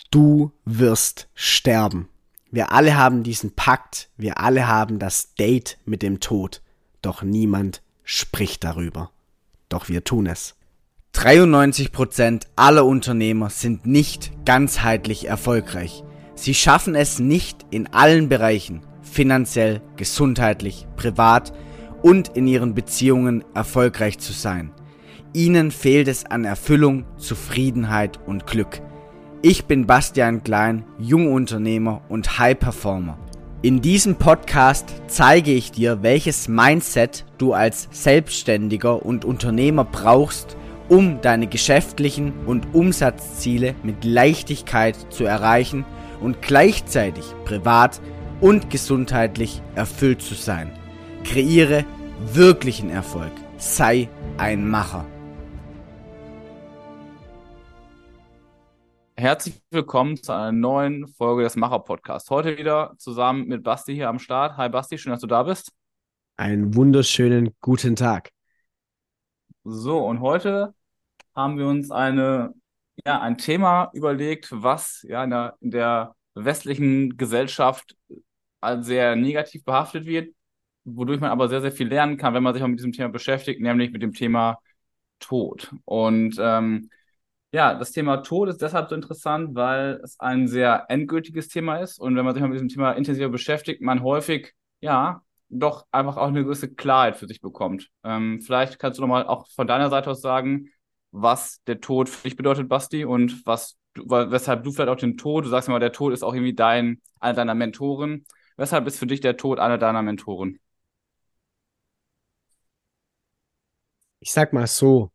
Du wirst sterben. Wir alle haben diesen Pakt, wir alle haben das Date mit dem Tod, doch niemand spricht darüber. Doch wir tun es. 93% aller Unternehmer sind nicht ganzheitlich erfolgreich. Sie schaffen es nicht in allen Bereichen, finanziell, gesundheitlich, privat und in ihren Beziehungen erfolgreich zu sein. Ihnen fehlt es an Erfüllung, Zufriedenheit und Glück. Ich bin Bastian Klein, Jungunternehmer und High Performer. In diesem Podcast zeige ich dir, welches Mindset du als Selbstständiger und Unternehmer brauchst, um deine geschäftlichen und Umsatzziele mit Leichtigkeit zu erreichen und gleichzeitig privat und gesundheitlich erfüllt zu sein. Kreiere wirklichen Erfolg. Sei ein Macher. Herzlich willkommen zu einer neuen Folge des Macher-Podcasts. Heute wieder zusammen mit Basti hier am Start. Hi Basti, schön, dass du da bist. Einen wunderschönen guten Tag. So, und heute haben wir uns ein Thema überlegt, was in der westlichen Gesellschaft als sehr negativ behaftet wird, wodurch man aber sehr, sehr viel lernen kann, wenn man sich auch mit diesem Thema beschäftigt, nämlich mit dem Thema Tod. Und das Thema Tod ist deshalb so interessant, weil es ein sehr endgültiges Thema ist und wenn man sich mal mit diesem Thema intensiver beschäftigt, man häufig, doch einfach auch eine gewisse Klarheit für sich bekommt. Vielleicht kannst du nochmal auch von deiner Seite aus sagen, was der Tod für dich bedeutet, Basti, und weshalb du vielleicht auch den Tod, du sagst ja mal, der Tod ist auch irgendwie einer deiner Mentoren. Weshalb ist für dich der Tod einer deiner Mentoren? Ich sag mal so,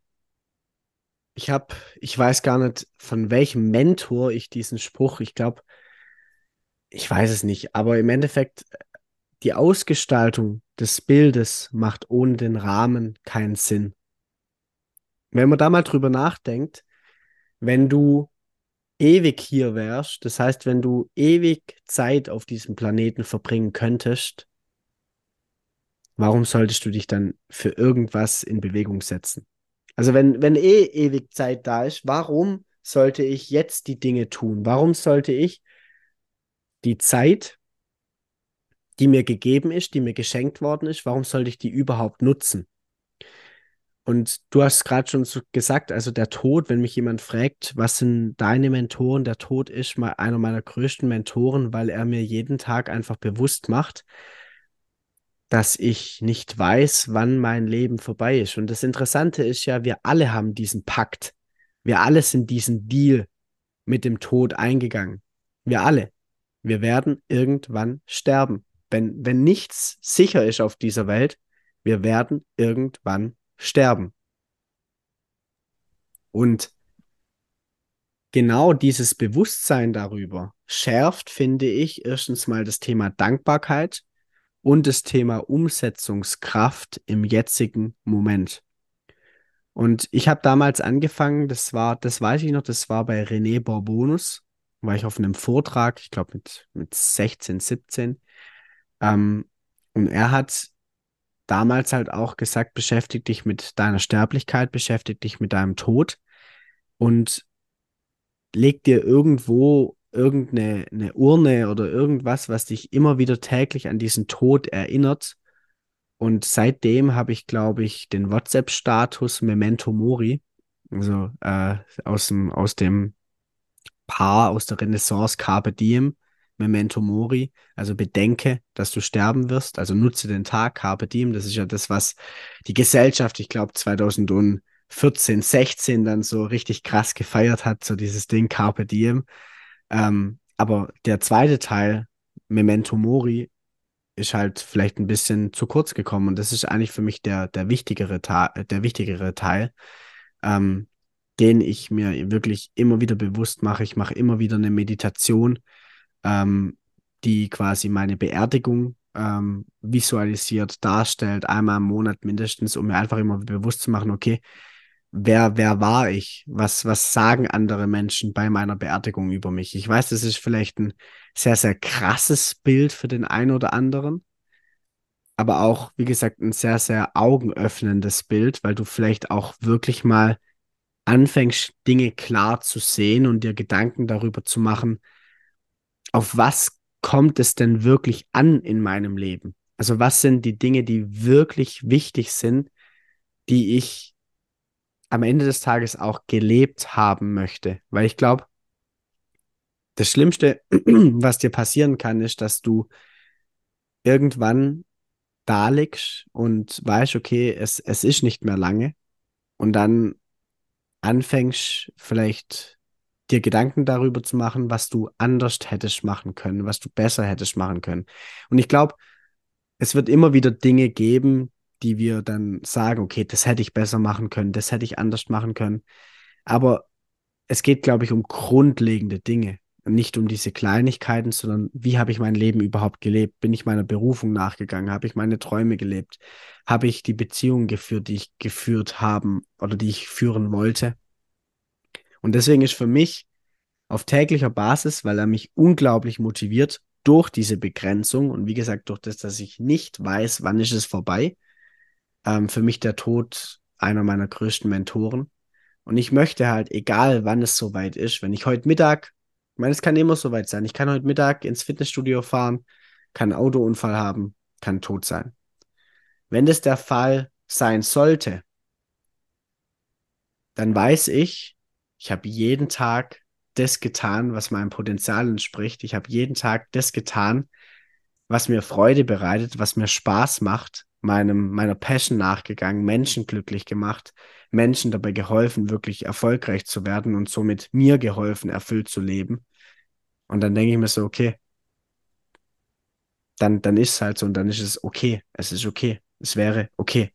ich weiß gar nicht, von welchem Mentor ich diesen Spruch, ich glaube, ich weiß es nicht, aber im Endeffekt, die Ausgestaltung des Bildes macht ohne den Rahmen keinen Sinn. Wenn man da mal drüber nachdenkt, wenn du ewig hier wärst, das heißt, wenn du ewig Zeit auf diesem Planeten verbringen könntest, warum solltest du dich dann für irgendwas in Bewegung setzen? Also wenn ewig Zeit da ist, warum sollte ich jetzt die Dinge tun? Warum sollte ich die Zeit, die mir gegeben ist, die mir geschenkt worden ist, warum sollte ich die überhaupt nutzen? Und du hast gerade schon so gesagt, also der Tod, wenn mich jemand fragt, was sind deine Mentoren, der Tod ist mal einer meiner größten Mentoren, weil er mir jeden Tag einfach bewusst macht, dass ich nicht weiß, wann mein Leben vorbei ist. Und das Interessante ist ja, wir alle haben diesen Pakt. Wir alle sind diesen Deal mit dem Tod eingegangen. Wir alle. Wir werden irgendwann sterben. Wenn nichts sicher ist auf dieser Welt, wir werden irgendwann sterben. Und genau dieses Bewusstsein darüber schärft, finde ich, erstens mal das Thema Dankbarkeit und das Thema Umsetzungskraft im jetzigen Moment. Und ich habe damals angefangen, das weiß ich noch, das war bei René Bourbonus, war ich auf einem Vortrag, ich glaube mit 16, 17. Ähm, und er hat damals halt auch gesagt, beschäftige dich mit deiner Sterblichkeit, beschäftige dich mit deinem Tod und leg dir irgendwo eine Urne oder irgendwas, was dich immer wieder täglich an diesen Tod erinnert. Und seitdem habe ich, glaube ich, den WhatsApp-Status Memento Mori, also aus dem Paar aus der Renaissance Carpe Diem, Memento Mori, also bedenke, dass du sterben wirst, also nutze den Tag, Carpe Diem, das ist ja das, was die Gesellschaft, ich glaube 2014, 16 dann so richtig krass gefeiert hat, so dieses Ding Carpe Diem. Aber der zweite Teil, Memento Mori, ist halt vielleicht ein bisschen zu kurz gekommen und das ist eigentlich für mich der wichtigere Teil, ähm, den ich mir wirklich immer wieder bewusst mache. Ich mache immer wieder eine Meditation, die quasi meine Beerdigung visualisiert, darstellt, einmal im Monat mindestens, um mir einfach immer bewusst zu machen, okay, wer war ich? Was sagen andere Menschen bei meiner Beerdigung über mich? Ich weiß, das ist vielleicht ein sehr, sehr krasses Bild für den einen oder anderen, aber auch, wie gesagt, ein sehr, sehr augenöffnendes Bild, weil du vielleicht auch wirklich mal anfängst, Dinge klar zu sehen und dir Gedanken darüber zu machen, auf was kommt es denn wirklich an in meinem Leben? Also was sind die Dinge, die wirklich wichtig sind, die ich am Ende des Tages auch gelebt haben möchte? Weil ich glaube, das Schlimmste, was dir passieren kann, ist, dass du irgendwann da liegst und weißt, okay, es ist nicht mehr lange und dann anfängst, vielleicht dir Gedanken darüber zu machen, was du anders hättest machen können, was du besser hättest machen können. Und ich glaube, es wird immer wieder Dinge geben, die wir dann sagen, okay, das hätte ich besser machen können, das hätte ich anders machen können. Aber es geht, glaube ich, um grundlegende Dinge und nicht um diese Kleinigkeiten, sondern wie habe ich mein Leben überhaupt gelebt? Bin ich meiner Berufung nachgegangen? Habe ich meine Träume gelebt? Habe ich die Beziehungen geführt, die ich geführt haben oder die ich führen wollte? Und deswegen ist für mich auf täglicher Basis, weil er mich unglaublich motiviert durch diese Begrenzung und wie gesagt, durch das, dass ich nicht weiß, wann ist es vorbei, für mich der Tod einer meiner größten Mentoren. Und ich möchte halt, egal wann es soweit ist, wenn ich heute Mittag, ich meine, es kann immer soweit sein, ich kann heute Mittag ins Fitnessstudio fahren, kann einen Autounfall haben, kann tot sein. Wenn das der Fall sein sollte, dann weiß ich habe jeden Tag das getan, was meinem Potenzial entspricht. Ich habe jeden Tag das getan, was mir Freude bereitet, was mir Spaß macht, meiner Passion nachgegangen, Menschen glücklich gemacht, Menschen dabei geholfen, wirklich erfolgreich zu werden und somit mir geholfen, erfüllt zu leben. Und dann denke ich mir so, okay, dann ist es halt so und dann ist es okay. Es ist okay. Es wäre okay.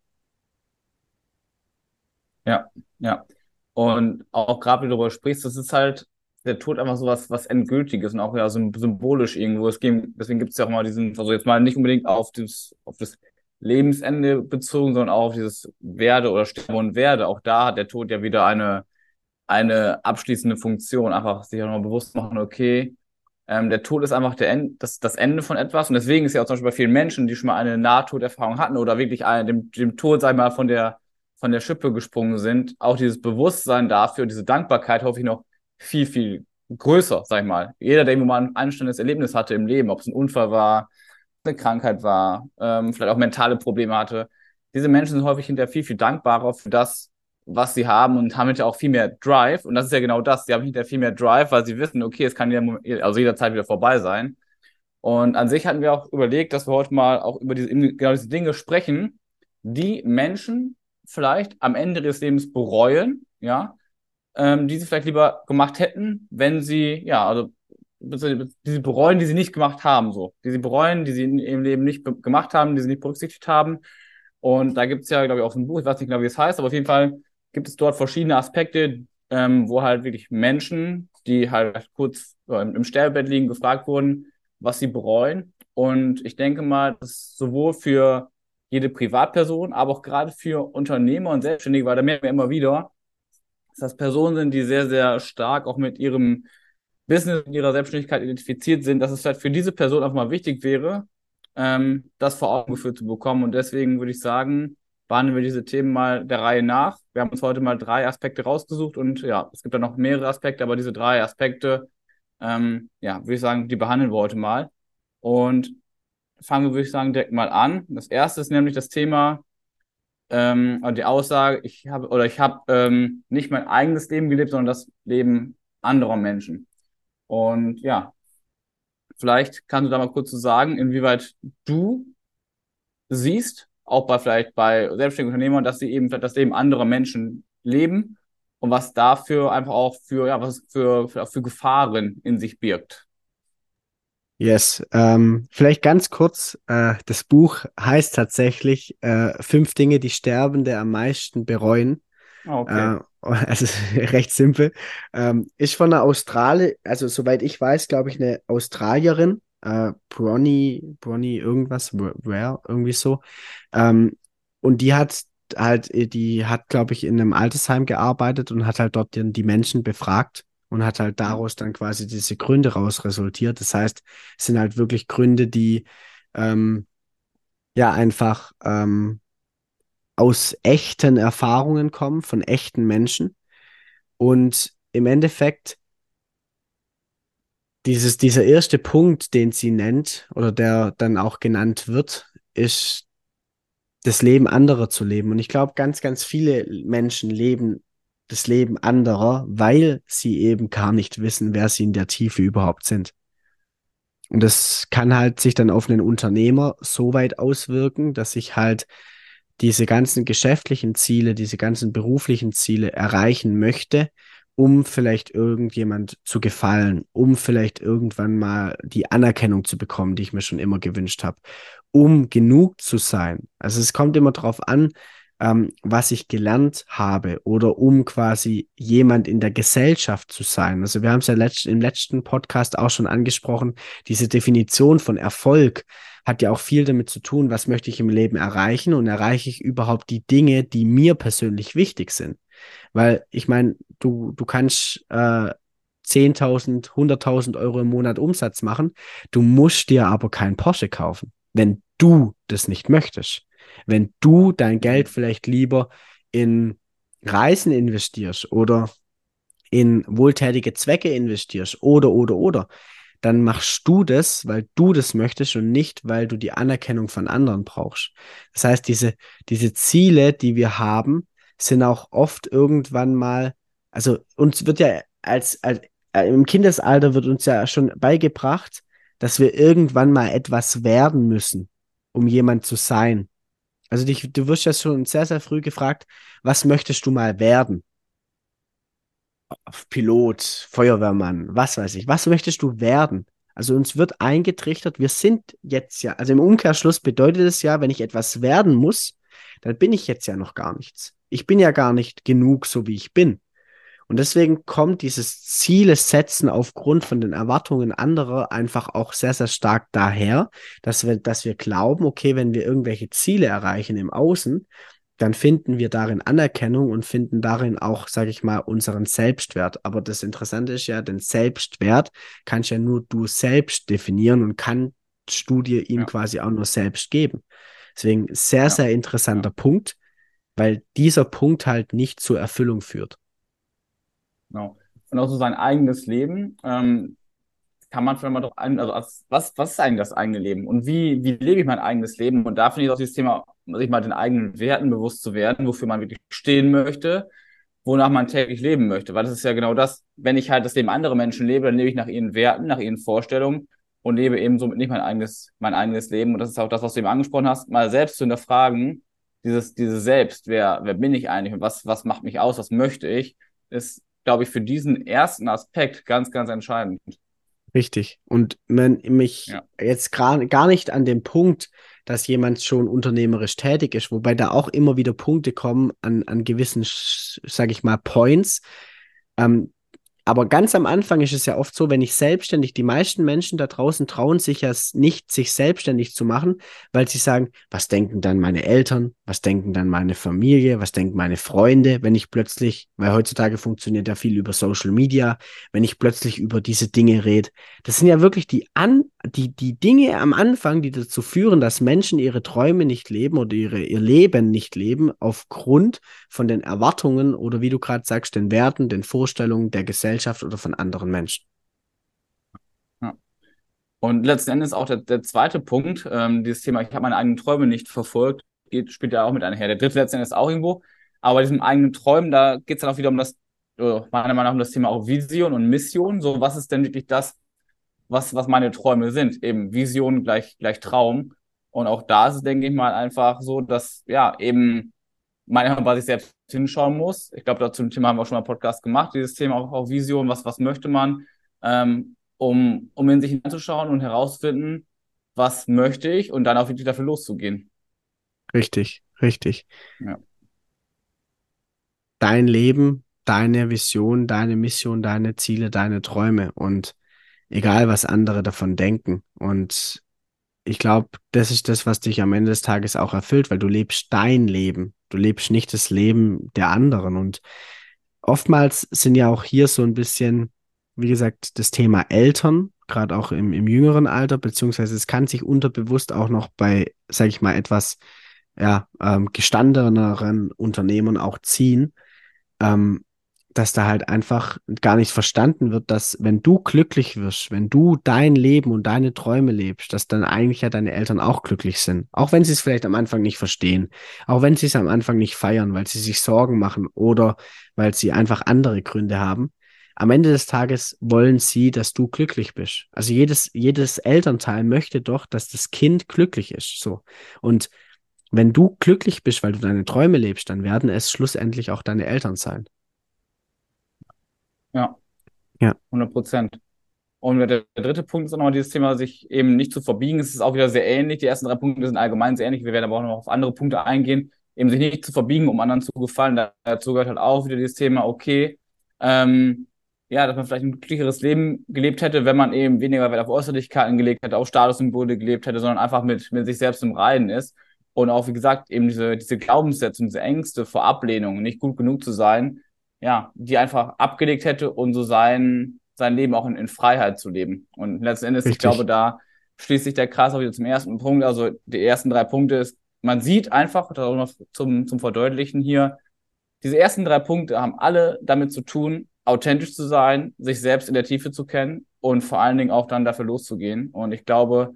Ja, ja. Und auch gerade, wie du darüber sprichst, das ist halt der Tod einfach so was Endgültiges und auch ja symbolisch irgendwo. Deswegen gibt es ja auch mal diesen, also jetzt mal nicht unbedingt auf das Lebensende bezogen, sondern auch auf dieses Werde oder Sterbe und Werde. Auch da hat der Tod ja wieder eine abschließende Funktion. Einfach sich auch nochmal bewusst machen, okay, der Tod ist einfach das Ende von etwas. Und deswegen ist ja auch zum Beispiel bei vielen Menschen, die schon mal eine Nahtoderfahrung hatten oder wirklich dem Tod, sag ich mal, von der Schippe gesprungen sind, auch dieses Bewusstsein dafür, diese Dankbarkeit hoffe ich noch viel, viel größer, sag ich mal. Jeder, der irgendwo mal ein einstellendes Erlebnis hatte im Leben, ob es ein Unfall war, eine Krankheit war, vielleicht auch mentale Probleme hatte, diese Menschen sind häufig hinterher viel, viel dankbarer für das, was sie haben und haben hinterher auch viel mehr Drive. Und das ist ja genau das. Sie haben hinterher viel mehr Drive, weil sie wissen, okay, es kann also jederzeit wieder vorbei sein. Und an sich hatten wir auch überlegt, dass wir heute mal auch über genau diese Dinge sprechen, die Menschen vielleicht am Ende des Lebens bereuen, ja, die sie vielleicht lieber gemacht hätten, wenn sie, ja, also die sie bereuen, die sie nicht gemacht haben, so. Die sie bereuen, die sie in ihrem Leben nicht gemacht haben, die sie nicht berücksichtigt haben. Und da gibt es ja, glaube ich, auch so ein Buch, ich weiß nicht genau, wie es heißt, aber auf jeden Fall gibt es dort verschiedene Aspekte, wo halt wirklich Menschen, die halt kurz im Sterbebett liegen, gefragt wurden, was sie bereuen. Und ich denke mal, dass sowohl für jede Privatperson, aber auch gerade für Unternehmer und Selbstständige, weil da merken wir immer wieder, dass das Personen sind, die sehr, sehr stark auch mit ihrem Business und ihrer Selbstständigkeit identifiziert sind, dass es vielleicht für diese Person einfach mal wichtig wäre, das vor Augen geführt zu bekommen. Und deswegen würde ich sagen, behandeln wir diese Themen mal der Reihe nach. Wir haben uns heute mal 3 Aspekte rausgesucht und ja, es gibt da noch mehrere Aspekte, aber diese 3 Aspekte, ja, würde ich sagen, die behandeln wir heute mal. Und fangen wir, würde ich sagen, direkt mal an. Das erste ist nämlich das Thema, also die Aussage, ich habe nicht mein eigenes Leben gelebt, sondern das Leben anderer Menschen. Und ja, vielleicht kannst du da mal kurz zu sagen, inwieweit du siehst, auch vielleicht bei selbstständigen Unternehmern, dass sie eben das Leben anderer Menschen leben und was dafür einfach auch was es für Gefahren in sich birgt. Yes, vielleicht ganz kurz, das Buch heißt tatsächlich 5 Dinge, die Sterbende am meisten bereuen. Ah, okay. Es ist recht simpel. Ist von einer also soweit ich weiß, glaube ich, eine Australierin, Bronnie irgendwas, Ware, irgendwie so. Ähm, und die hat, glaube ich, in einem Altersheim gearbeitet und hat halt dort die Menschen befragt und hat halt Mhm. daraus dann quasi diese Gründe raus resultiert. Das heißt, es sind halt wirklich Gründe, die ähm, ja einfach aus echten Erfahrungen kommen, von echten Menschen. Und im Endeffekt, dieser erste Punkt, den sie nennt oder der dann auch genannt wird, ist das Leben anderer zu leben. Und ich glaube, ganz, ganz viele Menschen leben das Leben anderer, weil sie eben gar nicht wissen, wer sie in der Tiefe überhaupt sind. Und das kann halt sich dann auf einen Unternehmer so weit auswirken, dass ich halt diese ganzen geschäftlichen Ziele, diese ganzen beruflichen Ziele erreichen möchte, um vielleicht irgendjemand zu gefallen, um vielleicht irgendwann mal die Anerkennung zu bekommen, die ich mir schon immer gewünscht habe, um genug zu sein. Also es kommt immer darauf an, was ich gelernt habe oder um quasi jemand in der Gesellschaft zu sein. Also wir haben es ja im letzten Podcast auch schon angesprochen, diese Definition von Erfolg hat ja auch viel damit zu tun, was möchte ich im Leben erreichen und erreiche ich überhaupt die Dinge, die mir persönlich wichtig sind. Weil ich meine, du kannst 10.000, 100.000 Euro im Monat Umsatz machen, du musst dir aber kein Porsche kaufen, wenn du das nicht möchtest. Wenn du dein Geld vielleicht lieber in Reisen investierst oder in wohltätige Zwecke investierst oder, dann machst du das, weil du das möchtest und nicht, weil du die Anerkennung von anderen brauchst. Das heißt, diese Ziele, die wir haben, sind auch oft irgendwann mal, also uns wird ja im Kindesalter wird uns ja schon beigebracht, dass wir irgendwann mal etwas werden müssen, um jemand zu sein. Also du wirst ja schon sehr, sehr früh gefragt, was möchtest du mal werden? Pilot, Feuerwehrmann, was weiß ich. Was möchtest du werden? Also uns wird eingetrichtert, wir sind jetzt ja, also im Umkehrschluss bedeutet es ja, wenn ich etwas werden muss, dann bin ich jetzt ja noch gar nichts. Ich bin ja gar nicht genug, so wie ich bin. Und deswegen kommt dieses Ziele setzen aufgrund von den Erwartungen anderer einfach auch sehr, sehr stark daher, dass wir glauben, okay, wenn wir irgendwelche Ziele erreichen im Außen, dann finden wir darin Anerkennung und finden darin auch, sage ich mal, unseren Selbstwert. Aber das Interessante ist ja, den Selbstwert kannst ja nur du selbst definieren und kannst du dir ihm Ja, quasi auch nur selbst geben. Deswegen sehr, ja, sehr interessanter ja, Punkt, weil dieser Punkt halt nicht zur Erfüllung führt. genau. Und auch so sein eigenes Leben, kann man vielleicht mal drauf ein, also was ist eigentlich das eigene Leben und wie lebe ich mein eigenes Leben? Und da finde ich auch dieses Thema, sich mal den eigenen Werten bewusst zu werden, wofür man wirklich stehen möchte, wonach man täglich leben möchte. Weil das ist ja genau das, wenn ich halt das Leben anderer Menschen lebe, dann lebe ich nach ihren Werten, nach ihren Vorstellungen und lebe eben somit nicht mein eigenes Leben. Und das ist auch das, was du eben angesprochen hast, mal selbst zu hinterfragen, dieses Selbst, wer bin ich eigentlich und was macht mich aus, was möchte ich, ist, glaube ich, für diesen ersten Aspekt ganz, ganz entscheidend. Richtig. Und wenn mich Ja. jetzt gar nicht an dem Punkt, dass jemand schon unternehmerisch tätig ist, wobei da auch immer wieder Punkte kommen an gewissen, sage ich mal, Points, ähm, aber ganz am Anfang ist es ja oft so, wenn ich selbstständig, die meisten Menschen da draußen trauen sich ja nicht, sich selbstständig zu machen, weil sie sagen, was denken dann meine Eltern, was denken dann meine Familie, was denken meine Freunde, wenn ich plötzlich, weil heutzutage funktioniert ja viel über Social Media, wenn ich plötzlich über diese Dinge rede. Das sind ja wirklich die Dinge am Anfang, die dazu führen, dass Menschen ihre Träume nicht leben oder ihr Leben nicht leben, aufgrund von den Erwartungen oder wie du gerade sagst, den Werten, den Vorstellungen der Gesellschaft oder von anderen Menschen. Ja. Und letzten Endes auch der zweite Punkt, dieses Thema, ich habe meine eigenen Träume nicht verfolgt, spielt ja auch mit einher. Der dritte letzten Endes auch irgendwo. Aber bei diesem eigenen Träumen, da geht es dann auch wieder um meiner Meinung nach um das Thema auch Vision und Mission. So, was ist denn wirklich das, was meine Träume sind? Eben Vision gleich Traum. Und auch da ist es, denke ich mal, einfach so, dass ja eben man bei sich selbst hinschauen muss. Ich glaube, dazu zum Thema haben wir auch schon mal einen Podcast gemacht, dieses Thema auch Vision, was möchte man, um in sich hineinzuschauen und herauszufinden, was möchte ich und dann auch wirklich dafür loszugehen. Richtig, richtig. Ja, Dein Leben, deine Vision, deine Mission, deine Ziele, deine Träume und egal, was andere davon denken. Und ich glaube, das ist das, was dich am Ende des Tages auch erfüllt, weil du lebst dein Leben. Du lebst nicht das Leben der anderen. Und oftmals sind ja auch hier so ein bisschen, wie gesagt, das Thema Eltern, gerade auch im jüngeren Alter, beziehungsweise es kann sich unterbewusst auch noch bei, sage ich mal, etwas ja, gestandeneren Unternehmern auch ziehen, ähm, dass da halt einfach gar nicht verstanden wird, dass wenn du glücklich wirst, wenn du dein Leben und deine Träume lebst, dass dann eigentlich ja deine Eltern auch glücklich sind. Auch wenn sie es vielleicht am Anfang nicht verstehen, auch wenn sie es am Anfang nicht feiern, weil sie sich Sorgen machen oder weil sie einfach andere Gründe haben. Am Ende des Tages wollen sie, dass du glücklich bist. Also jedes Elternteil möchte doch, dass das Kind glücklich ist. So. Und wenn du glücklich bist, weil du deine Träume lebst, dann werden es schlussendlich auch deine Eltern sein. Ja, Ja, 100%. Und der dritte Punkt ist auch nochmal dieses Thema, sich eben nicht zu verbiegen. Es ist auch wieder sehr ähnlich. Die ersten drei Punkte sind allgemein sehr ähnlich. Wir werden aber auch noch auf andere Punkte eingehen. Eben sich nicht zu verbiegen, um anderen zu gefallen. Dazu gehört halt auch wieder dieses Thema, okay, ähm, ja, dass man vielleicht ein glücklicheres Leben gelebt hätte, wenn man eben weniger Wert auf Äußerlichkeiten gelegt hätte, auf Statussymbole gelebt hätte, sondern einfach mit sich selbst im Reinen ist. Und auch, wie gesagt, eben diese Glaubenssätze und diese Ängste vor Ablehnung, nicht gut genug zu sein, ja, die einfach abgelegt hätte und so sein Leben auch in Freiheit zu leben. Und letzten Endes, ich glaube, richtig. da schließt sich der Kreis auch wieder zum ersten Punkt. Also die ersten drei Punkte ist, man sieht einfach, das auch noch zum Verdeutlichen hier, diese ersten drei Punkte haben alle damit zu tun, authentisch zu sein, sich selbst in der Tiefe zu kennen und vor allen Dingen auch dann dafür loszugehen. Und ich glaube,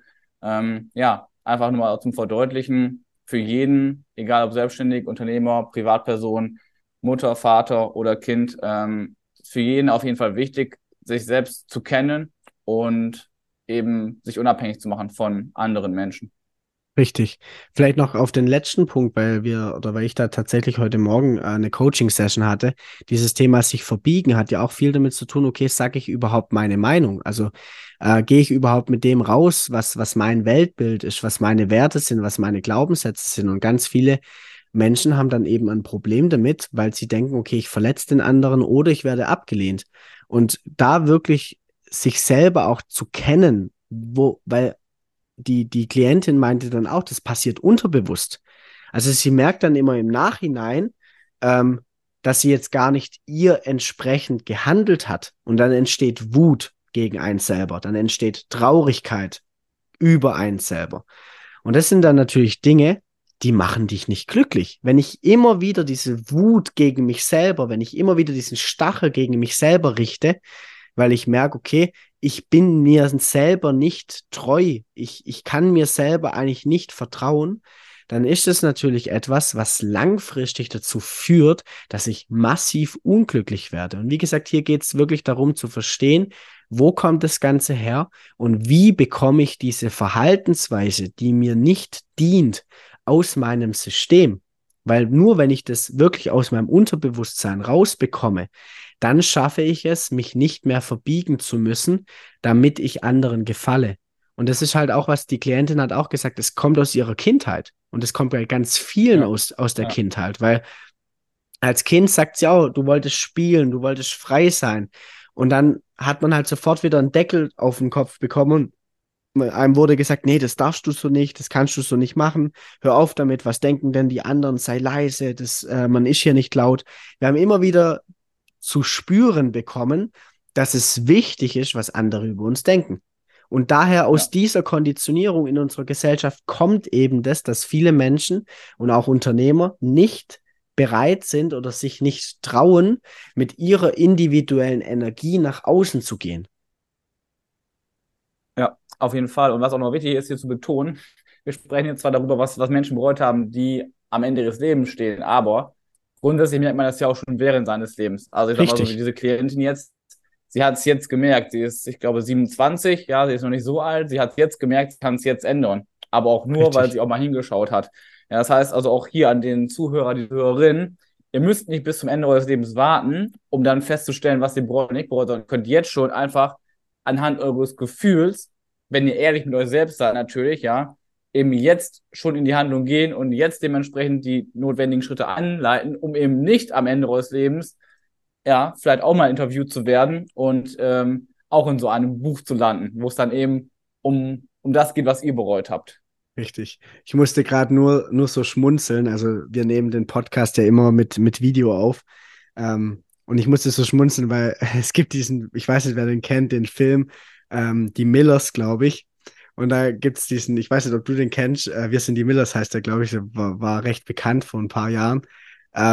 ja, einfach nur mal zum Verdeutlichen, für jeden, egal ob selbstständig, Unternehmer, Privatperson, Mutter, Vater oder Kind, für jeden auf jeden Fall wichtig, sich selbst zu kennen und eben sich unabhängig zu machen von anderen Menschen. Richtig. Vielleicht noch auf den letzten Punkt, weil ich da tatsächlich heute Morgen eine Coaching-Session hatte. Dieses Thema sich verbiegen hat ja auch viel damit zu tun, okay, sage ich überhaupt meine Meinung? Also gehe ich überhaupt mit dem raus, was mein Weltbild ist, was meine Werte sind, was meine Glaubenssätze sind? Und ganz viele Menschen haben dann eben ein Problem damit, weil sie denken, okay, ich verletze den anderen oder ich werde abgelehnt. Und da wirklich sich selber auch zu kennen, weil die Klientin meinte dann auch, das passiert unterbewusst. Also sie merkt dann immer im Nachhinein, ähm, dass sie jetzt gar nicht ihr entsprechend gehandelt hat. Und dann entsteht Wut gegen einen selber, dann entsteht Traurigkeit über einen selber. Und das sind dann natürlich Dinge, die machen dich nicht glücklich. Wenn ich immer wieder diese Wut gegen mich selber, wenn ich immer wieder diesen Stachel gegen mich selber richte, weil ich merke, okay, ich bin mir selber nicht treu, ich kann mir selber eigentlich nicht vertrauen, dann ist es natürlich etwas, was langfristig dazu führt, dass ich massiv unglücklich werde. Und wie gesagt, hier geht es wirklich darum zu verstehen, wo kommt das Ganze her und wie bekomme ich diese Verhaltensweise, die mir nicht dient, aus meinem System. Weil nur wenn ich das wirklich aus meinem Unterbewusstsein rausbekomme, dann schaffe ich es, mich nicht mehr verbiegen zu müssen, damit ich anderen gefalle. Und das ist halt auch, was die Klientin hat auch gesagt, es kommt aus ihrer Kindheit. Und es kommt bei ganz vielen Ja, aus der ja, Kindheit, weil als Kind sagt sie auch, du wolltest spielen, du wolltest frei sein. Und dann hat man halt sofort wieder einen Deckel auf den Kopf bekommen und einem wurde gesagt, nee, das darfst du so nicht, das kannst du so nicht machen. Hör auf damit, was denken denn die anderen? Sei leise, man ist hier nicht laut. Wir haben immer wieder zu spüren bekommen, dass es wichtig ist, was andere über uns denken. Und daher aus ja. dieser Konditionierung in unserer Gesellschaft kommt eben das, dass viele Menschen und auch Unternehmer nicht bereit sind oder sich nicht trauen, mit ihrer individuellen Energie nach außen zu gehen. Ja, auf jeden Fall. Und was auch noch wichtig ist, hier zu betonen, wir sprechen jetzt zwar darüber, was Menschen bereut haben, die am Ende ihres Lebens stehen, aber grundsätzlich merkt man das ja auch schon während seines Lebens. Also ich sag mal so, wie Richtig, diese Klientin jetzt, sie hat es jetzt gemerkt, sie ist, ich glaube, 27, ja, sie ist noch nicht so alt, sie hat es jetzt gemerkt, sie kann es jetzt ändern. Aber auch nur, weil richtig, sie auch mal hingeschaut hat. Ja, das heißt also auch hier an den Zuhörer, die Zuhörerin, ihr müsst nicht bis zum Ende eures Lebens warten, um dann festzustellen, was ihr bereut und nicht bereut, sondern könnt jetzt schon einfach anhand eures Gefühls, wenn ihr ehrlich mit euch selbst seid, natürlich, ja, eben jetzt schon in die Handlung gehen und jetzt dementsprechend die notwendigen Schritte anleiten, um eben nicht am Ende eures Lebens, ja, vielleicht auch mal interviewt zu werden und auch in so einem Buch zu landen, wo es dann eben um das geht, was ihr bereut habt. richtig. Ich musste gerade nur so schmunzeln. Also wir nehmen den Podcast ja immer mit Video auf. Und ich musste so schmunzeln, weil es gibt diesen, ich weiß nicht, wer den kennt, den Film, Die Millers, glaube ich. Und da gibt es diesen, ich weiß nicht, ob du den kennst, Wir sind die Millers heißt der, glaube ich, der war recht bekannt vor ein paar Jahren.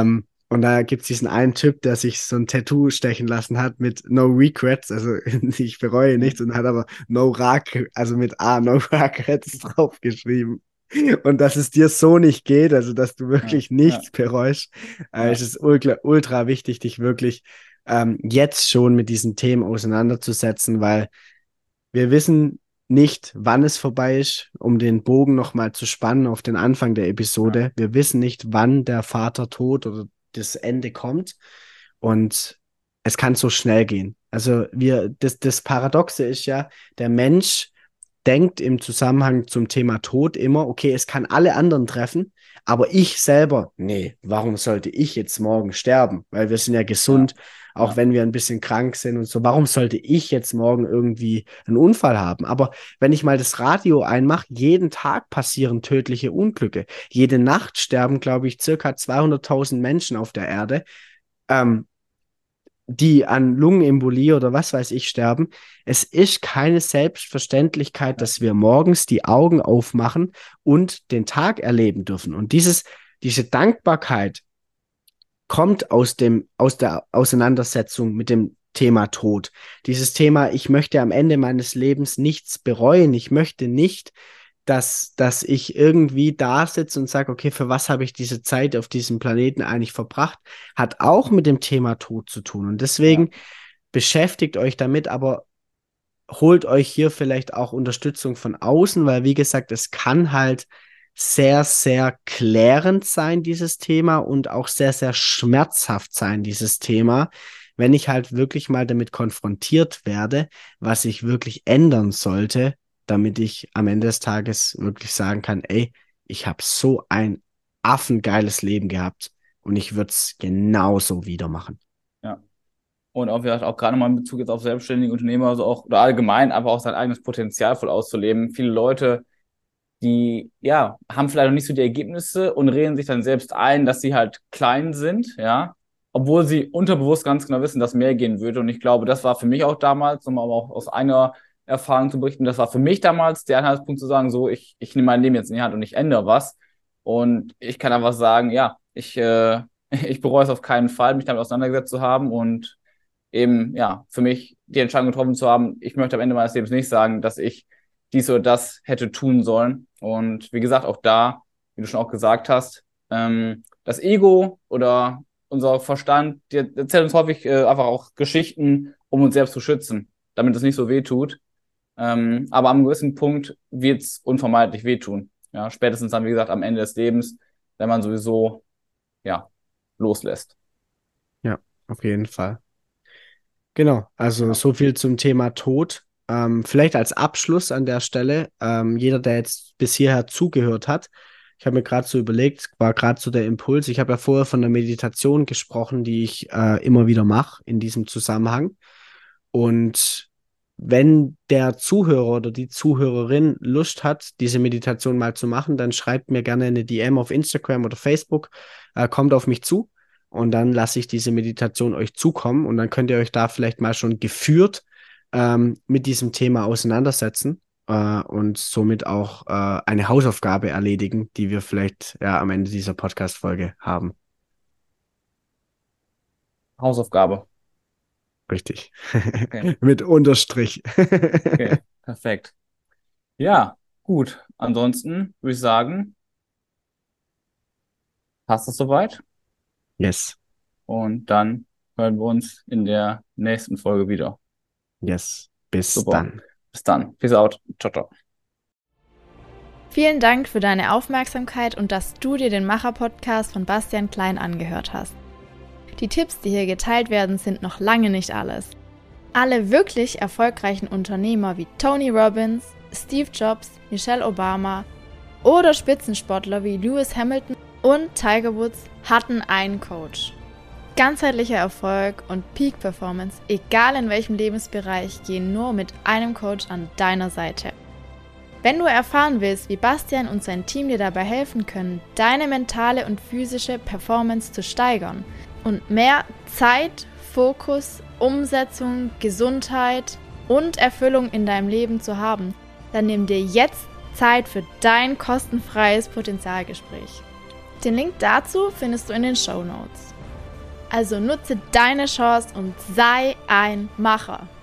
Und da gibt es diesen einen Typ, der sich so ein Tattoo stechen lassen hat mit No Regrets, also ich bereue nichts, und hat aber also mit A, No Regrets draufgeschrieben. Und dass es dir so nicht geht, also dass du wirklich nichts bereust, es ist ultra, ultra wichtig, dich wirklich jetzt schon mit diesen Themen auseinanderzusetzen, weil wir wissen nicht, wann es vorbei ist, um den Bogen nochmal zu spannen auf den Anfang der Episode. Wir wissen nicht, wann der Vatertod oder das Ende kommt. Und es kann so schnell gehen. Also das Paradoxe ist ja, der Mensch denkt im Zusammenhang zum Thema Tod immer, okay, es kann alle anderen treffen, aber ich selber, nee, warum sollte ich jetzt morgen sterben? Weil wir sind ja gesund, auch wenn wir ein bisschen krank sind und so. Warum sollte ich jetzt morgen irgendwie einen Unfall haben? Aber wenn ich mal das Radio einmache, jeden Tag passieren tödliche Unglücke. Jede Nacht sterben, glaube ich, circa 200.000 Menschen auf der Erde. Die an Lungenembolie oder was weiß ich sterben. Es ist keine Selbstverständlichkeit, dass wir morgens die Augen aufmachen und den Tag erleben dürfen. Und diese Dankbarkeit kommt aus der Auseinandersetzung mit dem Thema Tod. Dieses Thema, ich möchte am Ende meines Lebens nichts bereuen. Ich möchte nicht, dass ich irgendwie da sitze und sage, okay, für was habe ich diese Zeit auf diesem Planeten eigentlich verbracht, hat auch mit dem Thema Tod zu tun. Und deswegen beschäftigt euch damit, aber holt euch hier vielleicht auch Unterstützung von außen, weil, wie gesagt, es kann halt sehr, sehr klärend sein, dieses Thema, und auch sehr, sehr schmerzhaft sein, dieses Thema, wenn ich halt wirklich mal damit konfrontiert werde, was ich wirklich ändern sollte, damit ich am Ende des Tages wirklich sagen kann, ey, ich habe so ein affengeiles Leben gehabt und ich würde es genauso wieder machen. Ja. Und auch, wie gesagt, auch gerade mal in Bezug jetzt auf selbstständige Unternehmer, also auch, oder allgemein, einfach auch sein eigenes Potenzial voll auszuleben. Viele Leute, die, haben vielleicht noch nicht so die Ergebnisse und reden sich dann selbst ein, dass sie halt klein sind, obwohl sie unterbewusst ganz genau wissen, dass mehr gehen würde. Und ich glaube, das war für mich auch damals, um aber auch aus einer Erfahrung zu berichten, das war für mich damals der Anhaltspunkt zu sagen, so, ich nehme mein Leben jetzt in die Hand und ich ändere was. Und ich kann einfach sagen, ich bereue es auf keinen Fall, mich damit auseinandergesetzt zu haben und eben, für mich die Entscheidung getroffen zu haben, ich möchte am Ende meines Lebens nicht sagen, dass ich dies oder das hätte tun sollen. Und wie gesagt, auch da, wie du schon auch gesagt hast, das Ego oder unser Verstand, die erzählt uns häufig einfach auch Geschichten, um uns selbst zu schützen, damit es nicht so weh tut. Aber am gewissen Punkt wird es unvermeidlich wehtun. Ja, spätestens dann, wie gesagt, am Ende des Lebens, wenn man sowieso, loslässt. Ja, auf jeden Fall. Genau, also so viel zum Thema Tod. Vielleicht als Abschluss an der Stelle, jeder, der jetzt bis hierher zugehört hat, ich habe mir gerade so überlegt, war gerade so der Impuls, ich habe ja vorher von der Meditation gesprochen, die ich immer wieder mache in diesem Zusammenhang. Und wenn der Zuhörer oder die Zuhörerin Lust hat, diese Meditation mal zu machen, dann schreibt mir gerne eine DM auf Instagram oder Facebook, kommt auf mich zu und dann lasse ich diese Meditation euch zukommen und dann könnt ihr euch da vielleicht mal schon geführt mit diesem Thema auseinandersetzen und somit auch eine Hausaufgabe erledigen, die wir vielleicht am Ende dieser Podcast-Folge haben. Hausaufgabe. Richtig. Okay. Mit Unterstrich. Okay, perfekt. Ja, gut. Ansonsten würde ich sagen, passt das soweit? Yes. Und dann hören wir uns in der nächsten Folge wieder. Yes. Bis Super. dann. Bis dann. Peace out. Ciao, ciao. Vielen Dank für deine Aufmerksamkeit und dass du dir den Macher-Podcast von Bastian Klein angehört hast. Die Tipps, die hier geteilt werden, sind noch lange nicht alles. Alle wirklich erfolgreichen Unternehmer wie Tony Robbins, Steve Jobs, Michelle Obama oder Spitzensportler wie Lewis Hamilton und Tiger Woods hatten einen Coach. Ganzheitlicher Erfolg und Peak Performance, egal in welchem Lebensbereich, gehen nur mit einem Coach an deiner Seite. Wenn du erfahren willst, wie Bastian und sein Team dir dabei helfen können, deine mentale und physische Performance zu steigern und mehr Zeit, Fokus, Umsetzung, Gesundheit und Erfüllung in deinem Leben zu haben, dann nimm dir jetzt Zeit für dein kostenfreies Potenzialgespräch. Den Link dazu findest du in den Shownotes. Also nutze deine Chance und sei ein Macher.